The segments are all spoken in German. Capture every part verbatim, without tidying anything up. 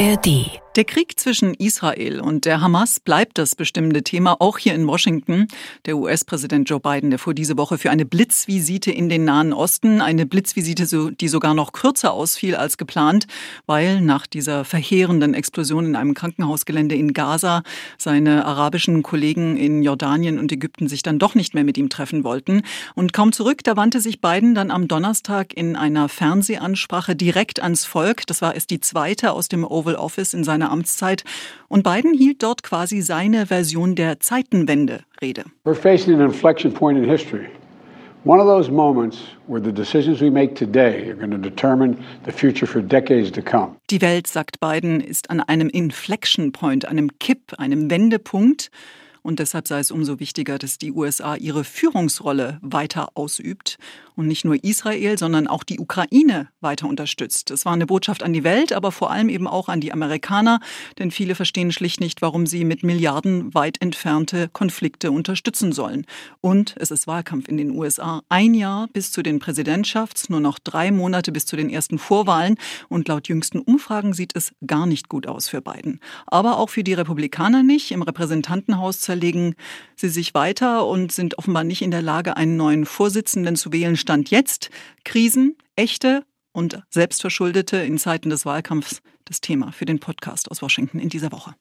A R D. Der Krieg zwischen Israel und der Hamas bleibt das bestimmende Thema, auch hier in Washington. Der U S-Präsident Joe Biden, der fuhr diese Woche für eine Blitzvisite in den Nahen Osten. Eine Blitzvisite, die sogar noch kürzer ausfiel als geplant, weil nach dieser verheerenden Explosion in einem Krankenhausgelände in Gaza seine arabischen Kollegen in Jordanien und Ägypten sich dann doch nicht mehr mit ihm treffen wollten. Und kaum zurück, da wandte sich Biden dann am Donnerstag in einer Fernsehansprache direkt ans Volk. Das war erst die zweite aus dem Oval Office in seiner Amtszeit. Und Biden hielt dort quasi seine Version der Zeitenwende-Rede. We're facing an inflection point in history. One of those moments where the decisions we make today are going to determine the future for decades to come. Die Welt, sagt Biden, ist an einem Inflection Point, einem Kipp, einem Wendepunkt. Und deshalb sei es umso wichtiger, dass die U S A ihre Führungsrolle weiter ausübt und nicht nur Israel, sondern auch die Ukraine weiter unterstützt. Es war eine Botschaft an die Welt, aber vor allem eben auch an die Amerikaner, denn viele verstehen schlicht nicht, warum sie mit Milliarden weit entfernte Konflikte unterstützen sollen. Und es ist Wahlkampf in den U S A. Ein Jahr bis zu den Präsidentschafts-, nur noch drei Monate bis zu den ersten Vorwahlen. Und laut jüngsten Umfragen sieht es gar nicht gut aus für Biden. Aber auch für die Republikaner nicht. Im Repräsentantenhaus zerlegen sie sich weiter und sind offenbar nicht in der Lage, einen neuen Vorsitzenden zu wählen. Stand jetzt Krisen, echte und selbstverschuldete in Zeiten des Wahlkampfs, das Thema für den Podcast aus Washington in dieser Woche.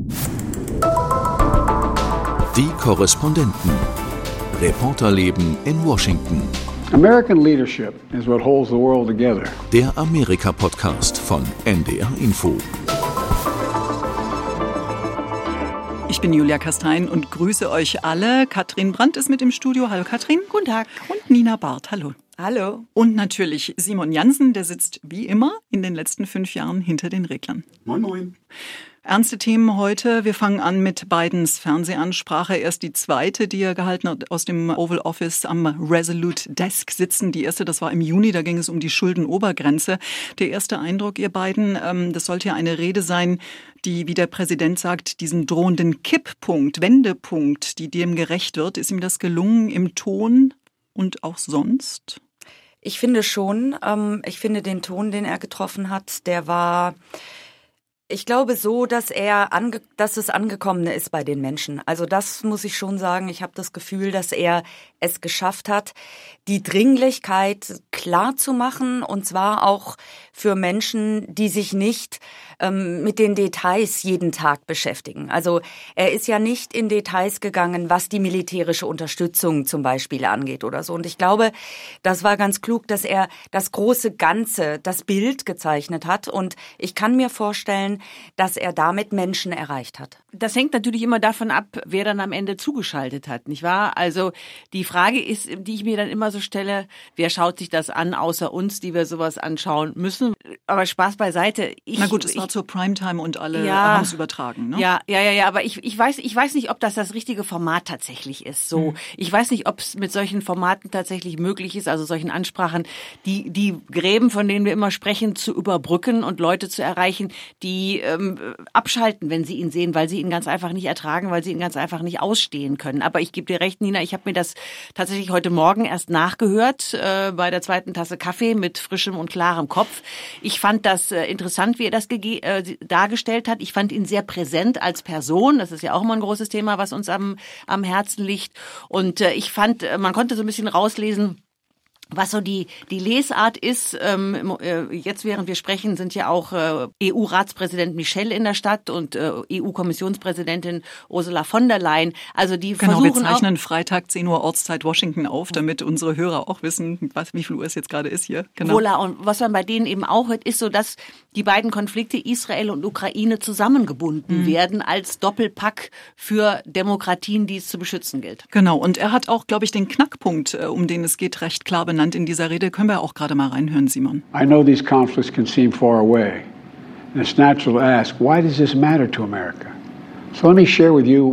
Die Korrespondenten. Reporterleben in Washington. American leadership is what holds the world together. Der Amerika-Podcast von N D R Info. Ich bin Julia Kastein und grüße euch alle. Katrin Brandt ist mit im Studio. Hallo Katrin. Guten Tag. Und Nina Barth. Hallo. Hallo. Und natürlich Simon Jansen, der sitzt wie immer in den letzten fünf Jahren hinter den Reglern. Moin, moin. Ernste Themen heute. Wir fangen an mit Bidens Fernsehansprache. Erst die zweite, die er gehalten hat, aus dem Oval Office am Resolute Desk sitzen. Die erste, das war im Juni, da ging es um die Schuldenobergrenze. Der erste Eindruck, ihr beiden, ähm, das sollte ja eine Rede sein, die, wie der Präsident sagt, diesen drohenden Kipppunkt, Wendepunkt, die dem gerecht wird. Ist ihm das gelungen im Ton und auch sonst? Ich finde schon. Ähm, ich finde den Ton, den er getroffen hat, der war... Ich glaube so, dass er ange, dass es angekommen ist bei den Menschen. Also das muss ich schon sagen. Ich habe das Gefühl, dass er es geschafft hat, die Dringlichkeit klar zu machen, und zwar auch für Menschen, die sich nicht ähm, mit den Details jeden Tag beschäftigen. Also er ist ja nicht in Details gegangen, was die militärische Unterstützung zum Beispiel angeht oder so. Und ich glaube, das war ganz klug, dass er das große Ganze, das Bild gezeichnet hat. Und ich kann mir vorstellen, dass er damit Menschen erreicht hat. Das hängt natürlich immer davon ab, wer dann am Ende zugeschaltet hat, nicht wahr? Also die Frage ist, die ich mir dann immer so stelle, wer schaut sich das an, außer uns, die wir sowas anschauen müssen? Aber Spaß beiseite. Ich, Na gut, es ich, war zur Primetime und alle ja, haben es übertragen, ne? Ja, ja, ja, ja, aber ich, ich weiß, ich weiß nicht, ob das das richtige Format tatsächlich ist. So, hm. Ich weiß nicht, ob es mit solchen Formaten tatsächlich möglich ist, also solchen Ansprachen, die, die Gräben, von denen wir immer sprechen, zu überbrücken und Leute zu erreichen, die ähm, abschalten, wenn sie ihn sehen, weil sie ihn ganz einfach nicht ertragen, weil sie ihn ganz einfach nicht ausstehen können. Aber ich gebe dir recht, Nina, ich habe mir das tatsächlich heute Morgen erst nachgehört, äh, bei der zweiten Tasse Kaffee mit frischem und klarem Kopf. Ich fand das äh, interessant, wie er das gege- äh, dargestellt hat. Ich fand ihn sehr präsent als Person. Das ist ja auch immer ein großes Thema, was uns am, am Herzen liegt. Und äh, ich fand, äh, man konnte so ein bisschen rauslesen, was so die die Lesart ist. Ähm, äh, jetzt, während wir sprechen, sind ja auch äh, E U-Ratspräsident Michel in der Stadt und äh, E U-Kommissionspräsidentin Ursula von der Leyen. Also die genau, versuchen wir zeichnen auch, Freitag zehn Uhr Ortszeit Washington auf, damit unsere Hörer auch wissen, was, wie viel Uhr es jetzt gerade ist hier. Genau. Voilà, und was man bei denen eben auch hört, ist so, dass die beiden Konflikte Israel und Ukraine zusammengebunden mhm. werden als Doppelpack für Demokratien, die es zu beschützen gilt. Genau, und er hat auch, glaube ich, den Knackpunkt, um den es geht, recht klar benannt in dieser Rede. Können wir auch gerade mal reinhören, Simon. I know these conflicts can seem far away. And it's natural to ask, why does this matter to America? So let me share with you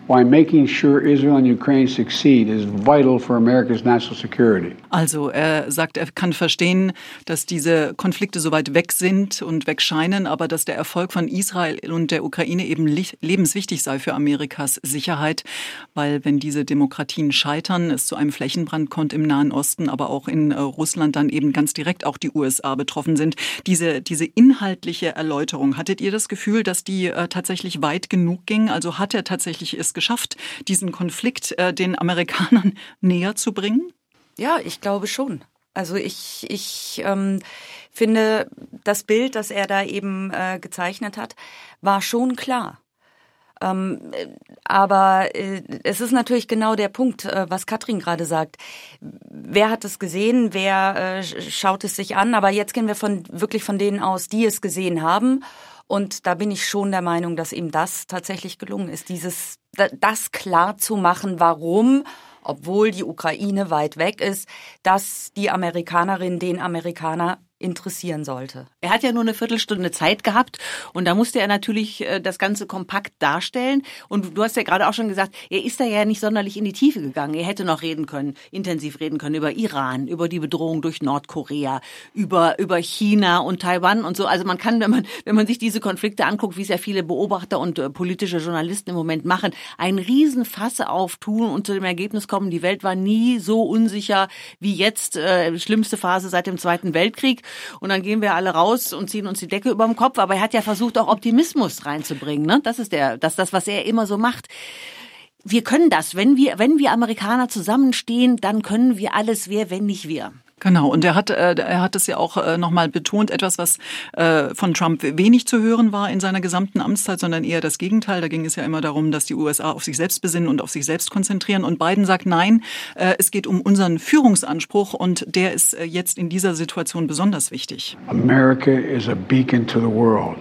why making sure Israel and Ukraine succeed is vital for America's national security. Also er sagt, er kann verstehen, dass diese Konflikte so weit weg sind und wegscheinen, aber dass der Erfolg von Israel und der Ukraine eben lebenswichtig sei für Amerikas Sicherheit, weil wenn diese Demokratien scheitern, es zu einem Flächenbrand kommt im Nahen Osten, aber auch in Russland dann eben ganz direkt auch die U S A betroffen sind. Diese, diese inhaltliche Erläuterung, hattet ihr das Gefühl, dass die äh, tatsächlich weit genug ging? Also hat er tatsächlich es geschafft, diesen Konflikt äh, den Amerikanern näher zu bringen? Ja, ich glaube schon. Also ich, ich ähm, finde, das Bild, das er da eben äh, gezeichnet hat, war schon klar. Ähm, aber äh, es ist natürlich genau der Punkt, äh, was Katrin gerade sagt. Wer hat es gesehen? Wer äh, schaut es sich an? Aber jetzt gehen wir von wirklich von denen aus, die es gesehen haben. Und da bin ich schon der Meinung, dass ihm das tatsächlich gelungen ist, dieses das klar zu machen, warum, obwohl die Ukraine weit weg ist, dass die Amerikanerin den Amerikaner interessieren sollte. Er hat ja nur eine Viertelstunde Zeit gehabt und da musste er natürlich äh, das Ganze kompakt darstellen. Und du hast ja gerade auch schon gesagt, er ist da ja nicht sonderlich in die Tiefe gegangen. Er hätte noch reden können, intensiv reden können über Iran, über die Bedrohung durch Nordkorea, über über China und Taiwan und so. Also man kann, wenn man wenn man sich diese Konflikte anguckt, wie es ja viele Beobachter und äh, politische Journalisten im Moment machen, einen riesen Fass auftun und zu dem Ergebnis kommen, die Welt war nie so unsicher wie jetzt, äh, schlimmste Phase seit dem Zweiten Weltkrieg. Und dann gehen wir alle raus und ziehen uns die Decke über dem Kopf. Aber er hat ja versucht, auch Optimismus reinzubringen. Ne? Das ist der, das, das, was er immer so macht. Wir können das. Wenn wir, wenn wir Amerikaner zusammenstehen, dann können wir alles. Wer, wenn nicht wir? Genau, und er hat, äh, er hat es ja auch äh, nochmal betont, etwas, was äh, von Trump wenig zu hören war in seiner gesamten Amtszeit, sondern eher das Gegenteil. Da ging es ja immer darum, dass die U S A auf sich selbst besinnen und auf sich selbst konzentrieren. Und Biden sagt, nein, äh, es geht um unseren Führungsanspruch und der ist äh, jetzt in dieser Situation besonders wichtig. America is a beacon to the world.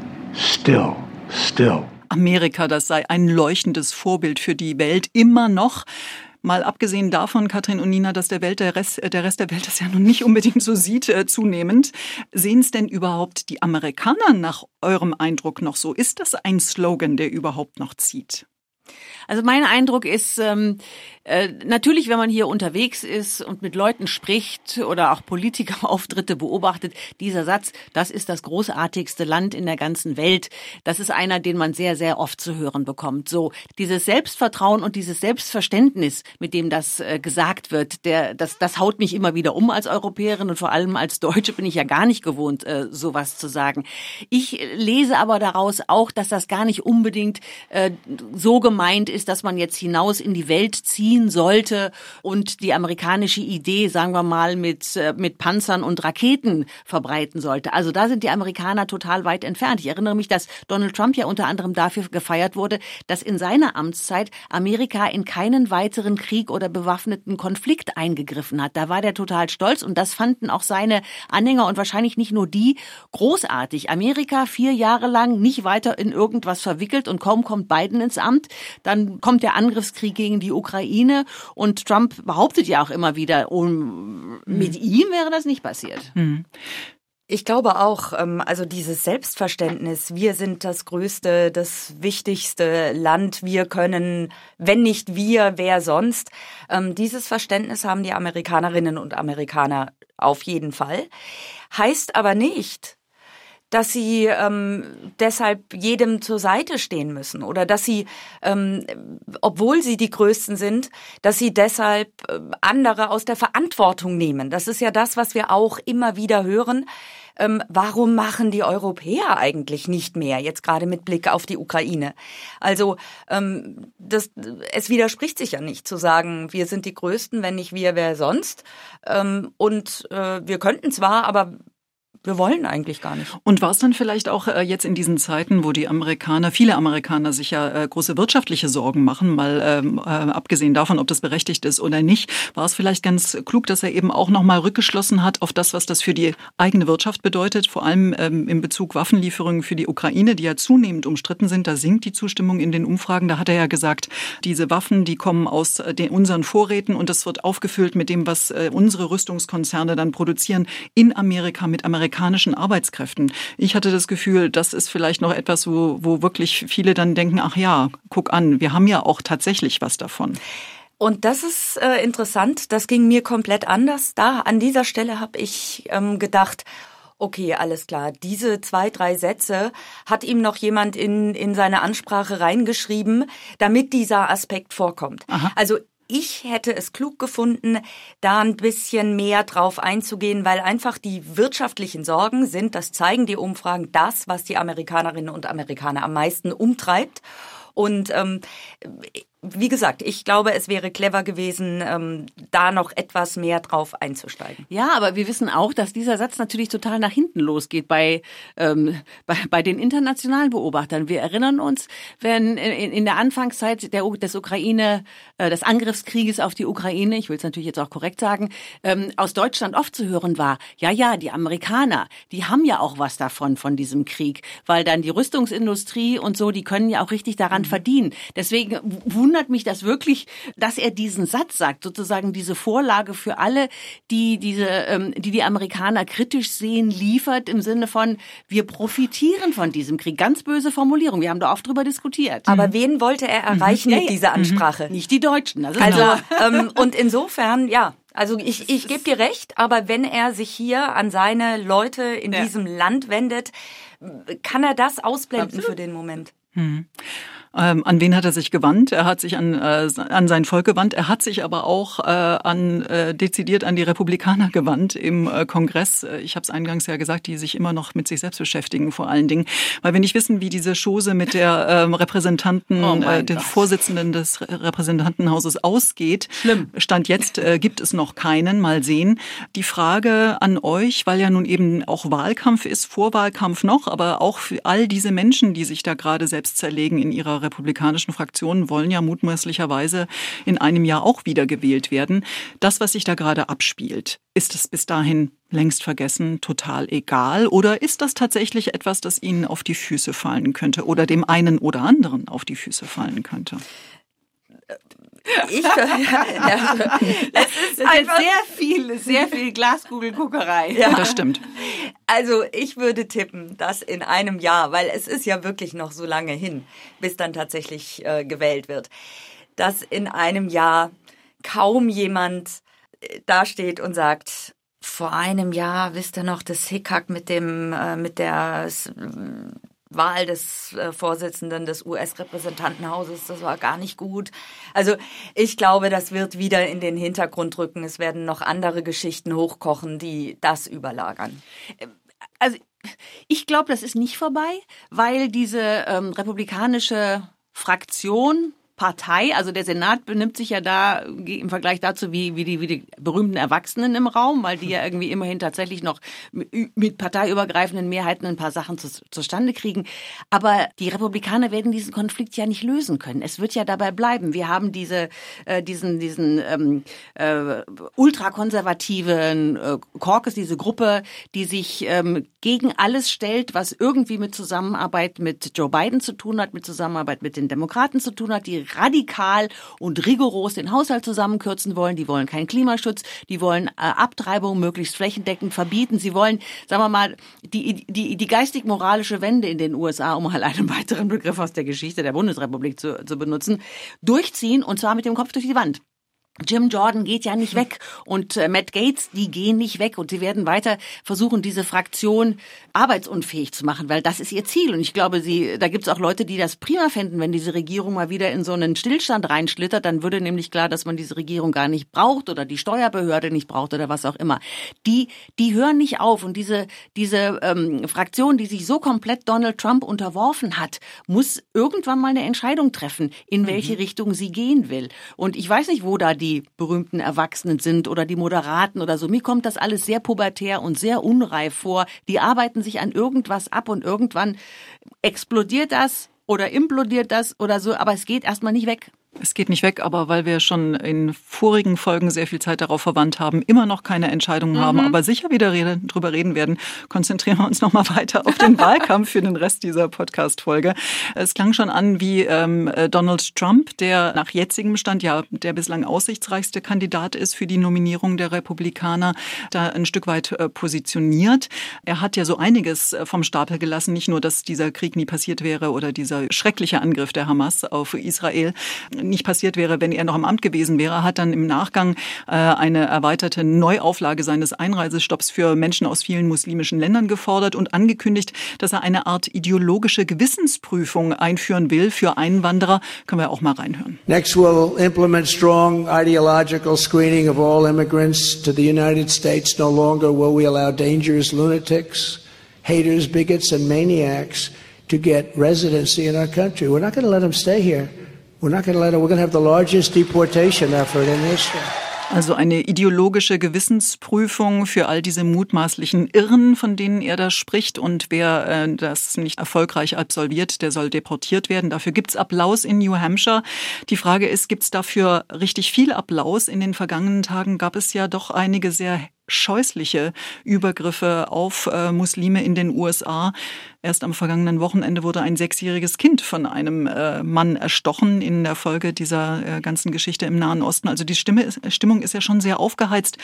Still, still. Amerika, das sei ein leuchtendes Vorbild für die Welt, immer noch. Mal abgesehen davon, Katrin und Nina, dass der, Welt, der, Rest, der Rest der Welt das ja nun nicht unbedingt so sieht, äh, zunehmend. Sehen es denn überhaupt die Amerikaner nach eurem Eindruck noch so? Ist das ein Slogan, der überhaupt noch zieht? Also mein Eindruck ist, ähm, äh, natürlich, wenn man hier unterwegs ist und mit Leuten spricht oder auch Politikerauftritte beobachtet, dieser Satz, das ist das großartigste Land in der ganzen Welt, das ist einer, den man sehr, sehr oft zu hören bekommt. So, dieses Selbstvertrauen und dieses Selbstverständnis, mit dem das äh, gesagt wird, der, das, das haut mich immer wieder um als Europäerin und vor allem als Deutsche bin ich ja gar nicht gewohnt, äh, sowas zu sagen. Ich lese aber daraus auch, dass das gar nicht unbedingt äh, so gemeint ist, dass man jetzt hinaus in die Welt ziehen sollte und die amerikanische Idee, sagen wir mal, mit mit Panzern und Raketen verbreiten sollte. Also da sind die Amerikaner total weit entfernt. Ich erinnere mich, dass Donald Trump ja unter anderem dafür gefeiert wurde, dass in seiner Amtszeit Amerika in keinen weiteren Krieg oder bewaffneten Konflikt eingegriffen hat. Da war der total stolz und das fanden auch seine Anhänger und wahrscheinlich nicht nur die großartig. Amerika vier Jahre lang nicht weiter in irgendwas verwickelt und kaum kommt Biden ins Amt, dann kommt der Angriffskrieg gegen die Ukraine und Trump behauptet ja auch immer wieder, oh, mit ihm wäre das nicht passiert. Mhm. Ich glaube auch, also dieses Selbstverständnis, wir sind das größte, das wichtigste Land, wir können, wenn nicht wir, wer sonst, dieses Verständnis haben die Amerikanerinnen und Amerikaner auf jeden Fall, heißt aber nicht, dass sie ähm, deshalb jedem zur Seite stehen müssen oder dass sie, ähm, obwohl sie die Größten sind, dass sie deshalb äh, andere aus der Verantwortung nehmen. Das ist ja das, was wir auch immer wieder hören. Ähm, warum machen die Europäer eigentlich nicht mehr, jetzt gerade mit Blick auf die Ukraine? Also ähm, das, es widerspricht sich ja nicht zu sagen, wir sind die Größten, wenn nicht wir, wer sonst. Ähm, und äh, wir könnten zwar, aber wir wollen eigentlich gar nicht. Und war es dann vielleicht auch äh, jetzt in diesen Zeiten, wo die Amerikaner, viele Amerikaner sich ja äh, große wirtschaftliche Sorgen machen, mal ähm, äh, abgesehen davon, ob das berechtigt ist oder nicht, war es vielleicht ganz klug, dass er eben auch nochmal rückgeschlossen hat auf das, was das für die eigene Wirtschaft bedeutet, vor allem ähm, in Bezug Waffenlieferungen für die Ukraine, die ja zunehmend umstritten sind. Da sinkt die Zustimmung in den Umfragen. Da hat er ja gesagt, diese Waffen, die kommen aus äh, den, unseren Vorräten und das wird aufgefüllt mit dem, was äh, unsere Rüstungskonzerne dann produzieren in Amerika mit Amerikanern. amerikanischen Arbeitskräften. Ich hatte das Gefühl, das ist vielleicht noch etwas, wo, wo wirklich viele dann denken, ach ja, guck an, wir haben ja auch tatsächlich was davon. Und das ist äh, interessant, das ging mir komplett anders. Da an dieser Stelle habe ich ähm, gedacht, okay, alles klar, diese zwei, drei Sätze hat ihm noch jemand in, in seine Ansprache reingeschrieben, damit dieser Aspekt vorkommt. Aha. Also ich hätte es klug gefunden, da ein bisschen mehr drauf einzugehen, weil einfach die wirtschaftlichen Sorgen sind, das zeigen die Umfragen, das, was die Amerikanerinnen und Amerikaner am meisten umtreibt. Und ähm, wie gesagt, ich glaube, es wäre clever gewesen, ähm, da noch etwas mehr drauf einzusteigen. Ja, aber wir wissen auch, dass dieser Satz natürlich total nach hinten losgeht bei ähm, bei, bei den internationalen Beobachtern. Wir erinnern uns, wenn in, in der Anfangszeit der, des Ukraine, äh, des Angriffskrieges auf die Ukraine, ich will es natürlich jetzt auch korrekt sagen, ähm, aus Deutschland oft zu hören war, ja, ja, die Amerikaner, die haben ja auch was davon, von diesem Krieg, weil dann die Rüstungsindustrie und so, die können ja auch richtig daran mhm. verdienen. Deswegen wundert mich das wirklich, dass er diesen Satz sagt, sozusagen diese Vorlage für alle, die diese, ähm, die die Amerikaner kritisch sehen, liefert im Sinne von, wir profitieren von diesem Krieg. Ganz böse Formulierung. Wir haben da oft drüber diskutiert. Aber mhm. wen wollte er erreichen mhm. mit dieser Ansprache? Mhm. Nicht die Deutschen. Das ist also ähm, und insofern, ja. Also ich, ich gebe dir recht, aber wenn er sich hier an seine Leute in ja. diesem Land wendet, kann er das ausblenden Absolut. Für den Moment. Mhm. Ähm, an wen hat er sich gewandt? Er hat sich an, äh, an sein Volk gewandt. Er hat sich aber auch äh, an äh, dezidiert an die Republikaner gewandt im äh, Kongress. Ich habe es eingangs ja gesagt, die sich immer noch mit sich selbst beschäftigen, vor allen Dingen. Weil wir nicht wissen, wie diese Chose mit der ähm, Repräsentanten, oh äh, den Vorsitzenden des Repräsentantenhauses ausgeht. Schlimm. Stand jetzt äh, gibt es noch keinen. Mal sehen. Die Frage an euch, weil ja nun eben auch Wahlkampf ist, Vorwahlkampf noch, aber auch für all diese Menschen, die sich da gerade selbst zerlegen in ihrer republikanischen Fraktionen, wollen ja mutmaßlicherweise in einem Jahr auch wieder gewählt werden. Das, was sich da gerade abspielt, ist es bis dahin längst vergessen, total egal? Oder ist das tatsächlich etwas, das Ihnen auf die Füße fallen könnte oder dem einen oder anderen auf die Füße fallen könnte? Ich, ja, ja, das ist, das ist sehr viel, sehr viel Glaskugelguckerei. Ja, das stimmt. Also ich würde tippen, dass in einem Jahr, weil es ist ja wirklich noch so lange hin, bis dann tatsächlich äh, gewählt wird, dass in einem Jahr kaum jemand äh, dasteht und sagt, vor einem Jahr, wisst ihr noch, das Hickhack mit dem, äh, mit der äh, Wahl des äh, Vorsitzenden des U S-Repräsentantenhauses, das war gar nicht gut. Also ich glaube, das wird wieder in den Hintergrund rücken. Es werden noch andere Geschichten hochkochen, die das überlagern. Also ich glaube, das ist nicht vorbei, weil diese ähm, republikanische Fraktion, Partei, also der Senat benimmt sich ja da im Vergleich dazu wie, wie, die, wie die berühmten Erwachsenen im Raum, weil die ja irgendwie immerhin tatsächlich noch mit parteiübergreifenden Mehrheiten ein paar Sachen zu, zustande kriegen. Aber die Republikaner werden diesen Konflikt ja nicht lösen können. Es wird ja dabei bleiben. Wir haben diese, äh, diesen, diesen ähm, äh, ultrakonservativen äh, Caucus, diese Gruppe, die sich ähm, gegen alles stellt, was irgendwie mit Zusammenarbeit mit Joe Biden zu tun hat, mit Zusammenarbeit mit den Demokraten zu tun hat, die radikal und rigoros den Haushalt zusammenkürzen wollen. Die wollen keinen Klimaschutz, die wollen äh, Abtreibung möglichst flächendeckend verbieten. Sie wollen, sagen wir mal, die, die, die geistig-moralische Wende in den U S A, um mal einen weiteren Begriff aus der Geschichte der Bundesrepublik zu, zu benutzen, durchziehen, und zwar mit dem Kopf durch die Wand. Jim Jordan geht ja nicht weg und äh, Matt Gaetz, die gehen nicht weg, und sie werden weiter versuchen, diese Fraktion arbeitsunfähig zu machen, weil das ist ihr Ziel. Und ich glaube, sie, da gibt es auch Leute, die das prima fänden, wenn diese Regierung mal wieder in so einen Stillstand reinschlittert. Dann würde nämlich klar, dass man diese Regierung gar nicht braucht oder die Steuerbehörde nicht braucht oder was auch immer. Die, die hören nicht auf, und diese, diese ähm, Fraktion, die sich so komplett Donald Trump unterworfen hat, muss irgendwann mal eine Entscheidung treffen, in welche mhm. Richtung sie gehen will. Und ich weiß nicht, wo da die die berühmten Erwachsenen sind oder die Moderaten oder so. Mir kommt das alles sehr pubertär und sehr unreif vor. Die arbeiten sich an irgendwas ab und irgendwann explodiert das oder implodiert das oder so, aber es geht erstmal nicht weg. Es geht nicht weg, aber weil wir schon in vorigen Folgen sehr viel Zeit darauf verwandt haben, immer noch keine Entscheidungen mhm. haben, aber sicher wieder rede, drüber reden werden, konzentrieren wir uns noch mal weiter auf den Wahlkampf für den Rest dieser Podcast-Folge. Es klang schon an wie ähm, Donald Trump, der nach jetzigem Stand ja der bislang aussichtsreichste Kandidat ist für die Nominierung der Republikaner, da ein Stück weit äh, positioniert. Er hat ja so einiges vom Stapel gelassen, nicht nur, dass dieser Krieg nie passiert wäre oder dieser schreckliche Angriff der Hamas auf Israel nicht passiert wäre, wenn er noch im Amt gewesen wäre, hat dann im Nachgang äh, eine erweiterte Neuauflage seines Einreisestopps für Menschen aus vielen muslimischen Ländern gefordert und angekündigt, dass er eine Art ideologische Gewissensprüfung einführen will für Einwanderer. Können wir auch mal reinhören. Next we'll implement strong ideological screening of all immigrants to the United States. No longer will we allow dangerous lunatics, haters, bigots and maniacs to get residency in our country. We're not going to let them stay here. We're not going to let it. We're going to have the largest deportation effort in history. Also eine ideologische Gewissensprüfung für all diese mutmaßlichen Irren, von denen er da spricht. Und wer äh, das nicht erfolgreich absolviert, der soll deportiert werden. Dafür gibt's Applaus in New Hampshire. Die Frage ist, gibt's dafür richtig viel Applaus? In den vergangenen Tagen gab es ja doch einige sehr scheußliche Übergriffe auf äh, Muslime in den U S A. Erst am vergangenen Wochenende wurde ein sechsjähriges Kind von einem äh, Mann erstochen in der Folge dieser äh, ganzen Geschichte im Nahen Osten. Also die Stimme ist, Stimmung ist ja schon sehr aufgeheizt.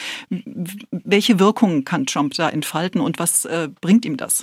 Welche Wirkung kann Trump da entfalten und was äh, bringt ihm das?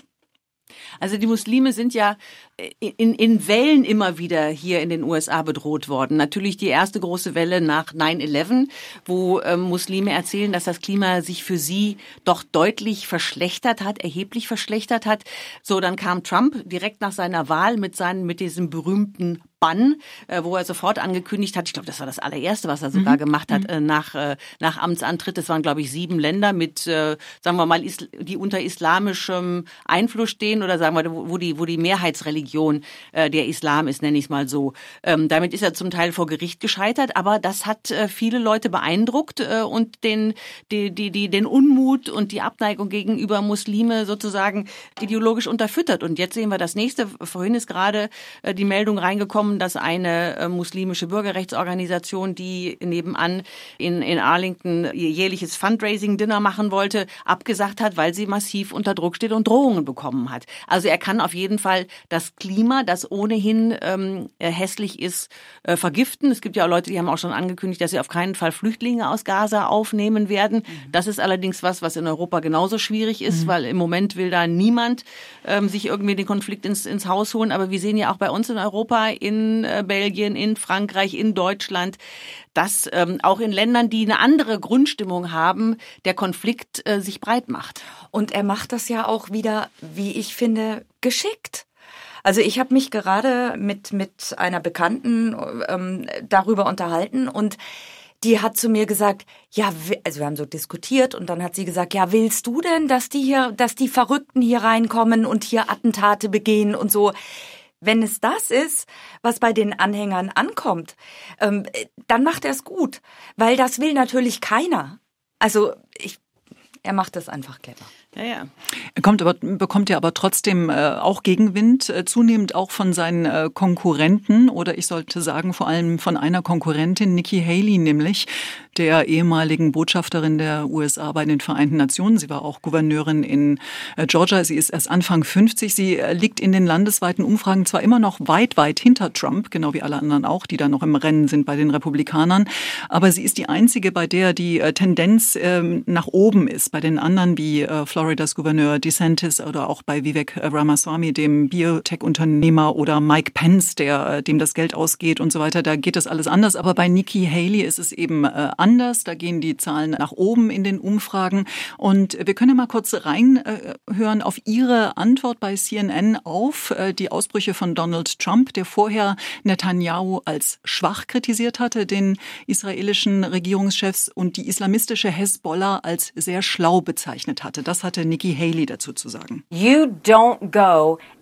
Also die Muslime sind ja in, in Wellen immer wieder hier in den U S A bedroht worden. Natürlich die erste große Welle nach nine eleven, wo ähm, Muslime erzählen, dass das Klima sich für sie doch deutlich verschlechtert hat, erheblich verschlechtert hat. So, dann kam Trump direkt nach seiner Wahl mit seinen, mit diesem berühmten Bann, äh, wo er sofort angekündigt hat, ich glaube, das war das allererste, was er sogar mhm. gemacht hat, äh, nach, äh, nach Amtsantritt. Das waren, glaube ich, sieben Länder mit, äh, sagen wir mal, Isl- die unter islamischem Einfluss stehen oder sagen wir, wo, wo die, wo die Mehrheitsreligion äh, der Islam ist, nenne ich es mal so. Ähm, damit ist er zum Teil vor Gericht gescheitert, aber das hat äh, viele Leute beeindruckt äh, und den, die, die, die, den Unmut und die Abneigung gegenüber Muslime sozusagen ideologisch unterfüttert. Und jetzt sehen wir das nächste. Vorhin ist gerade äh, die Meldung reingekommen, dass eine äh, muslimische Bürgerrechtsorganisation, die nebenan in, in Arlington ihr jährliches Fundraising-Dinner machen wollte, abgesagt hat, weil sie massiv unter Druck steht und Drohungen bekommen hat. Also er kann auf jeden Fall das Klima, das ohnehin ähm, hässlich ist, äh, vergiften. Es gibt ja auch Leute, die haben auch schon angekündigt, dass sie auf keinen Fall Flüchtlinge aus Gaza aufnehmen werden. Mhm. Das ist allerdings was, was in Europa genauso schwierig ist, mhm. weil im Moment will da niemand ähm, sich irgendwie den Konflikt ins, ins Haus holen. Aber wir sehen ja auch bei uns in Europa, in Belgien, in Frankreich, in Deutschland, dass ähm, auch in Ländern, die eine andere Grundstimmung haben, der Konflikt äh, sich breit macht. Und er macht das ja auch wieder, wie ich finde, geschickt. Also ich habe mich gerade mit mit einer Bekannten ähm, darüber unterhalten und die hat zu mir gesagt, ja, also wir haben so diskutiert und dann hat sie gesagt, ja, willst du denn, dass die hier, dass die Verrückten hier reinkommen und hier Attentate begehen und so? Wenn es das ist, was bei den Anhängern ankommt, ähm, dann macht er es gut, weil das will natürlich keiner. Also ich, er macht das einfach clever. Ja, ja. Er kommt aber, bekommt ja aber trotzdem äh, auch Gegenwind, äh, zunehmend auch von seinen äh, Konkurrenten oder ich sollte sagen vor allem von einer Konkurrentin, Nikki Haley nämlich, der ehemaligen Botschafterin der U S A bei den Vereinten Nationen. Sie war auch Gouverneurin in äh, Georgia. Sie ist erst Anfang fünfzig. Sie äh, liegt in den landesweiten Umfragen zwar immer noch weit, weit hinter Trump, genau wie alle anderen auch, die da noch im Rennen sind bei den Republikanern. Aber sie ist die einzige, bei der die äh, Tendenz äh, nach oben ist. Bei den anderen wie äh, Floridas Gouverneur DeSantis oder auch bei Vivek Ramaswamy, dem Biotech-Unternehmer oder Mike Pence, der dem das Geld ausgeht und so weiter, da geht das alles anders. Aber bei Nikki Haley ist es eben äh, anders. Da gehen die Zahlen nach oben in den Umfragen. Und wir können ja mal kurz reinhören äh, auf Ihre Antwort bei C N N auf äh, die Ausbrüche von Donald Trump, der vorher Netanyahu als schwach kritisiert hatte, den israelischen Regierungschefs, und die islamistische Hezbollah als sehr schlau bezeichnet hatte. Das hatte Nikki Haley dazu zu sagen. You don't go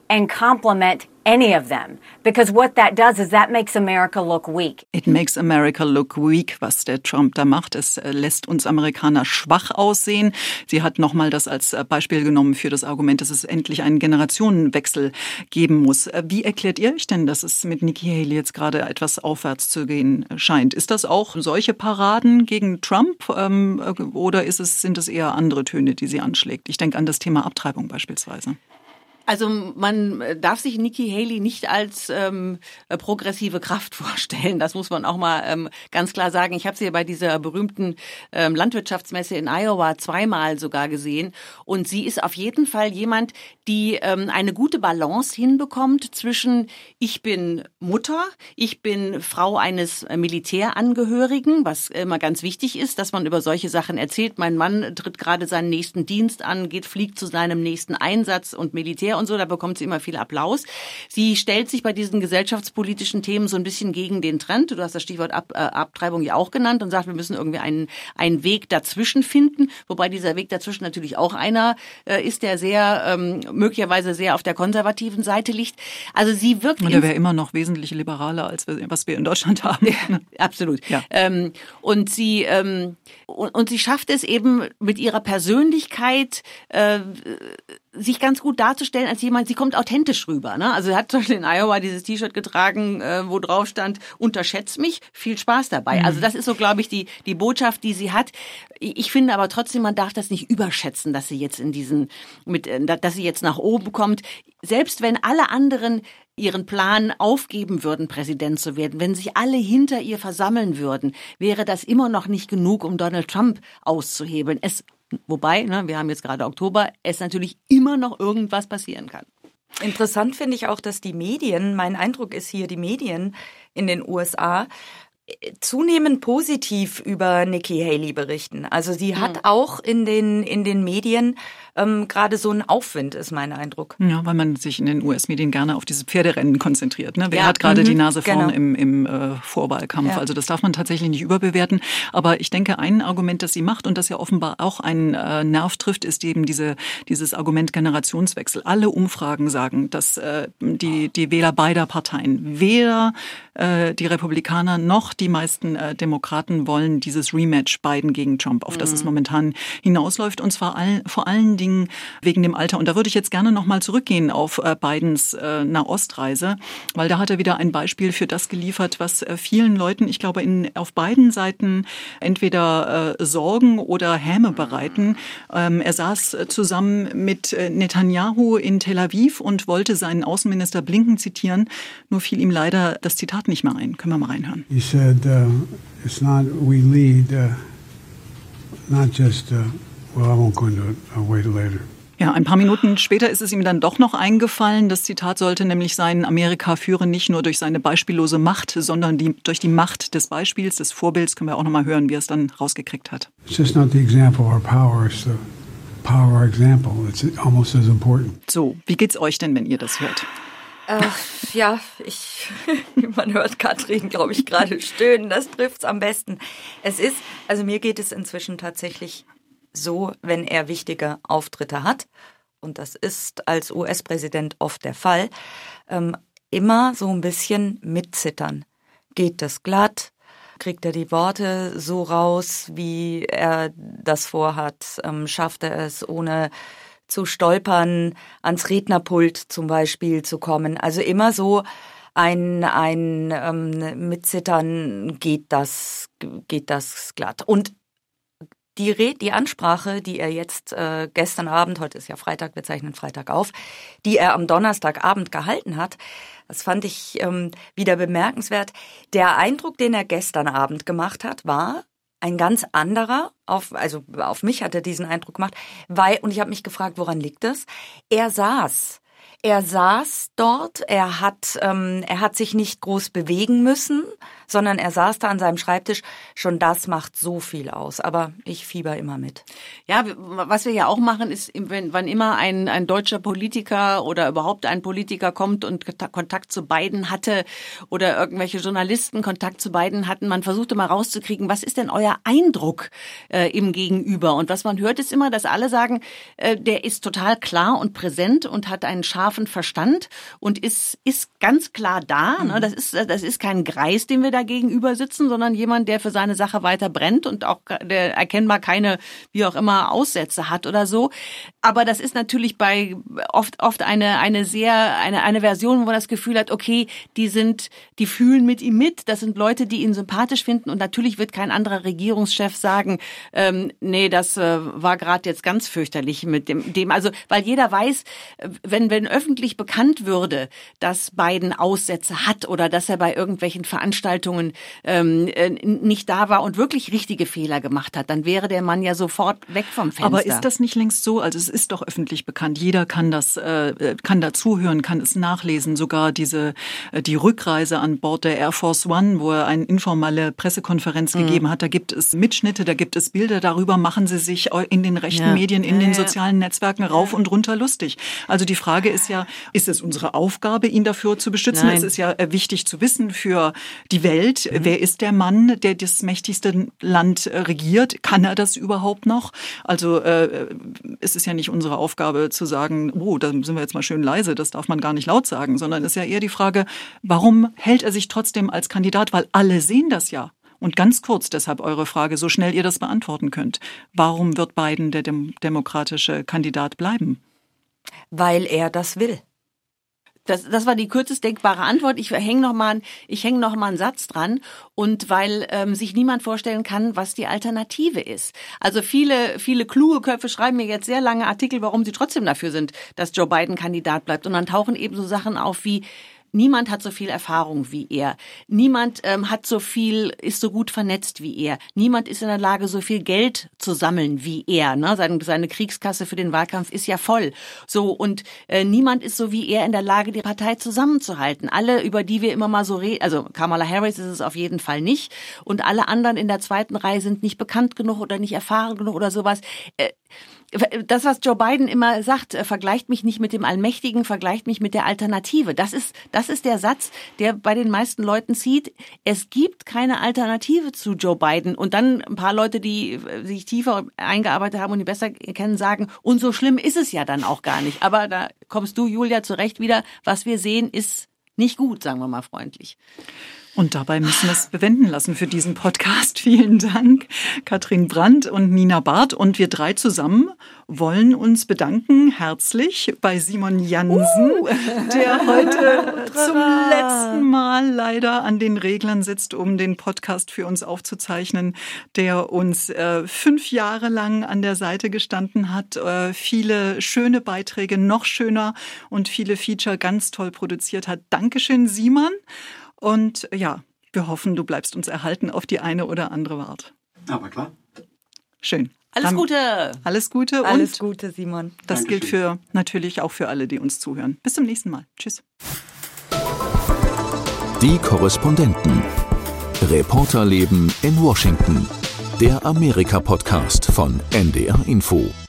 and compliment any of them. Because what that does is that makes America look weak. It makes America look weak, was der Trump da macht. Es lässt uns Amerikaner schwach aussehen. Sie hat nochmal das als Beispiel genommen für das Argument, dass es endlich einen Generationenwechsel geben muss. Wie erklärt ihr euch denn, dass es mit Nikki Haley jetzt gerade etwas aufwärts zu gehen scheint? Ist das auch solche Paraden gegen Trump ähm, oder ist es, sind es eher andere Töne, die sie anschlägt? Ich denke an das Thema Abtreibung beispielsweise. Also man darf sich Nikki Haley nicht als ähm, progressive Kraft vorstellen. Das muss man auch mal ähm, ganz klar sagen. Ich habe sie bei dieser berühmten ähm, Landwirtschaftsmesse in Iowa zweimal sogar gesehen. Und sie ist auf jeden Fall jemand, die ähm, eine gute Balance hinbekommt zwischen ich bin Mutter, ich bin Frau eines Militärangehörigen, was immer ganz wichtig ist, dass man über solche Sachen erzählt. Mein Mann tritt gerade seinen nächsten Dienst an, geht, fliegt zu seinem nächsten Einsatz und Militär und so, da bekommt sie immer viel Applaus. Sie stellt sich bei diesen gesellschaftspolitischen Themen so ein bisschen gegen den Trend. Du hast das Stichwort Ab, äh, Abtreibung ja auch genannt und sagt, wir müssen irgendwie einen, einen Weg dazwischen finden, wobei dieser Weg dazwischen natürlich auch einer äh, ist, der sehr, ähm, möglicherweise sehr auf der konservativen Seite liegt. Also sie wirkt... Und der wäre immer noch wesentlich liberaler, als wir, was wir in Deutschland haben. Ja, absolut. Ja. Ähm, und sie ähm, und, und sie schafft es eben mit ihrer Persönlichkeit, äh, sich ganz gut darzustellen als jemand, sie kommt authentisch rüber. Ne? Also sie hat zum Beispiel in Iowa dieses T-Shirt getragen, äh, wo drauf stand, unterschätz mich, viel Spaß dabei. Mhm. Also das ist so, glaube ich, die die Botschaft, die sie hat. Ich finde aber trotzdem, man darf das nicht überschätzen, dass sie jetzt in diesen, mit, dass sie jetzt nach oben kommt. Selbst wenn alle anderen ihren Plan aufgeben würden, Präsident zu werden, wenn sich alle hinter ihr versammeln würden, wäre das immer noch nicht genug, um Donald Trump auszuhebeln. Es Wobei, ne, wir haben jetzt gerade Oktober, es natürlich immer noch irgendwas passieren kann. Interessant finde ich auch, dass die Medien, mein Eindruck ist hier, die Medien in den U S A zunehmend positiv über Nikki Haley berichten. Also sie hat mhm. auch in den in den Medien ähm, gerade so ein Aufwind, ist mein Eindruck. Ja, weil man sich in den U S-Medien gerne auf diese Pferderennen konzentriert. Ne? Wer ja. hat gerade mhm. die Nase vorn genau. im, im äh, Vorwahlkampf? Ja. Also das darf man tatsächlich nicht überbewerten. Aber ich denke, ein Argument, das sie macht und das ja offenbar auch einen äh, Nerv trifft, ist eben diese dieses Argument Generationswechsel. Alle Umfragen sagen, dass äh, die die Wähler beider Parteien, weder äh, die Republikaner noch die meisten äh, Demokraten wollen dieses Rematch Biden gegen Trump, auf das mhm. es momentan hinausläuft, und zwar all, vor allen Dingen wegen dem Alter. Und da würde ich jetzt gerne nochmal zurückgehen auf äh, Bidens äh, Nahostreise, weil da hat er wieder ein Beispiel für das geliefert, was äh, vielen Leuten, ich glaube, in, auf beiden Seiten entweder äh, Sorgen oder Häme bereiten. Ähm, er saß äh, zusammen mit äh, Netanyahu in Tel Aviv und wollte seinen Außenminister Blinken zitieren, nur fiel ihm leider das Zitat nicht mehr ein. Können wir mal reinhören. He said, uh, it's not we lead, uh, not just, uh, well, I won't go into it, I'll wait later. Ja, ein paar Minuten später ist es ihm dann doch noch eingefallen. Das Zitat sollte nämlich sein, Amerika führe nicht nur durch seine beispiellose Macht, sondern die, durch die Macht des Beispiels, des Vorbilds. Können wir auch noch mal hören, wie er es dann rausgekriegt hat. It's just not the example or power, it's the power or example. It's almost as important. So, wie geht's euch denn, wenn ihr das hört? Äh, ja, ich, man hört Katrin, glaube ich, gerade stöhnen. Das trifft's am besten. Es ist, also mir geht es inzwischen tatsächlich so, wenn er wichtige Auftritte hat, und das ist als U S-Präsident oft der Fall, ähm, immer so ein bisschen mitzittern. Geht das glatt? Kriegt er die Worte so raus, wie er das vorhat? Ähm, schafft er es, ohne zu stolpern, ans Rednerpult zum Beispiel zu kommen? Also immer so ein, ein ähm, Mitzittern, geht das, geht das glatt. Und Die, Red, die Ansprache, die er jetzt äh, gestern Abend, heute ist ja Freitag, wir zeichnen Freitag auf, die er am Donnerstagabend gehalten hat, das fand ich ähm, wieder bemerkenswert. Der Eindruck, den er gestern Abend gemacht hat, war ein ganz anderer. Auf, also auf mich hat er diesen Eindruck gemacht, weil, und ich habe mich gefragt, woran liegt das? Er saß. Er saß dort, er hat, ähm, er hat sich nicht groß bewegen müssen, sondern er saß da an seinem Schreibtisch. Schon das macht so viel aus. Aber ich fieber immer mit. Ja, was wir ja auch machen, ist, wenn, wann immer ein, ein deutscher Politiker oder überhaupt ein Politiker kommt und Kontakt zu Biden hatte oder irgendwelche Journalisten Kontakt zu Biden hatten, man versucht immer rauszukriegen, was ist denn euer Eindruck äh, im Gegenüber? Und was man hört, ist immer, dass alle sagen, äh, der ist total klar und präsent und hat einen scharfen Verstand und ist ist ganz klar da. Mhm. Ne? Das ist das ist kein Greis, dem wir da gegenüber sitzen, sondern jemand, der für seine Sache weiter brennt und auch der erkennbar keine, wie auch immer, Aussätze hat oder so. Aber das ist natürlich bei oft oft eine eine sehr eine eine Version, wo man das Gefühl hat, okay, die sind die fühlen mit ihm mit. Das sind Leute, die ihn sympathisch finden und natürlich wird kein anderer Regierungschef sagen, ähm, nee, das äh, war gerade jetzt ganz fürchterlich mit dem dem also weil jeder weiß, wenn wenn öffentlich bekannt würde, dass Biden Aussätze hat oder dass er bei irgendwelchen Veranstaltungen ähm, nicht da war und wirklich richtige Fehler gemacht hat, dann wäre der Mann ja sofort weg vom Fenster. Aber ist das nicht längst so? Also es ist doch öffentlich bekannt. Jeder kann das, äh, kann da zuhören, kann es nachlesen. Sogar diese die Rückreise an Bord der Air Force One, wo er eine informelle Pressekonferenz mhm. gegeben hat, da gibt es Mitschnitte, da gibt es Bilder. Darüber machen sie sich in den rechten ja. Medien, in ja, den sozialen ja. Netzwerken rauf ja. und runter lustig. Also die Frage ist ja, ist es unsere Aufgabe, ihn dafür zu beschützen? Nein. Es ist ja wichtig zu wissen für die Welt, mhm. wer ist der Mann, der das mächtigste Land regiert? Kann er das überhaupt noch? Also äh, es ist ja nicht unsere Aufgabe zu sagen, oh, da sind wir jetzt mal schön leise, das darf man gar nicht laut sagen, sondern es ist ja eher die Frage, warum hält er sich trotzdem als Kandidat? Weil alle sehen das ja. Und ganz kurz deshalb eure Frage, so schnell ihr das beantworten könnt. Warum wird Biden der dem- demokratische Kandidat bleiben? Weil er das will. Das, das war die kürzest denkbare Antwort. Ich hänge noch mal, ich hänge noch mal einen Satz dran. Und weil ähm, sich niemand vorstellen kann, was die Alternative ist. Also viele, viele kluge Köpfe schreiben mir jetzt sehr lange Artikel, warum sie trotzdem dafür sind, dass Joe Biden Kandidat bleibt. Und dann tauchen eben so Sachen auf wie: Niemand hat so viel Erfahrung wie er. Niemand ähm, hat so viel, ist so gut vernetzt wie er. Niemand ist in der Lage, so viel Geld zu sammeln wie er. Ne? Seine, seine Kriegskasse für den Wahlkampf ist ja voll. So und äh, niemand ist so wie er in der Lage, die Partei zusammenzuhalten. Alle, über die wir immer mal so reden, also Kamala Harris ist es auf jeden Fall nicht. Und alle anderen in der zweiten Reihe sind nicht bekannt genug oder nicht erfahren genug oder sowas. Äh, Das, was Joe Biden immer sagt, vergleicht mich nicht mit dem Allmächtigen, vergleicht mich mit der Alternative. Das ist, das ist der Satz, der bei den meisten Leuten zieht. Es gibt keine Alternative zu Joe Biden. Und dann ein paar Leute, die sich tiefer eingearbeitet haben und ihn besser kennen, sagen, und so schlimm ist es ja dann auch gar nicht. Aber da kommst du, Julia, zurecht wieder. Was wir sehen, ist nicht gut, sagen wir mal freundlich. Und dabei müssen wir es bewenden lassen für diesen Podcast. Vielen Dank, Katrin Brandt und Nina Barth. Und wir drei zusammen wollen uns bedanken, herzlich, bei Simon Jansen, uh. der heute zum letzten Mal leider an den Reglern sitzt, um den Podcast für uns aufzuzeichnen, der uns äh, fünf Jahre lang an der Seite gestanden hat, äh, viele schöne Beiträge, noch schöner und viele Feature ganz toll produziert hat. Dankeschön, Simon. Und ja, wir hoffen, du bleibst uns erhalten auf die eine oder andere Art. Aber klar. Schön. Alles Dann, Gute. Alles Gute. Und Alles Gute, Simon. Das Dankeschön. Gilt für natürlich auch für alle, die uns zuhören. Bis zum nächsten Mal. Tschüss. Die Korrespondenten. Reporterleben in Washington. Der Amerika-Podcast von N D R Info.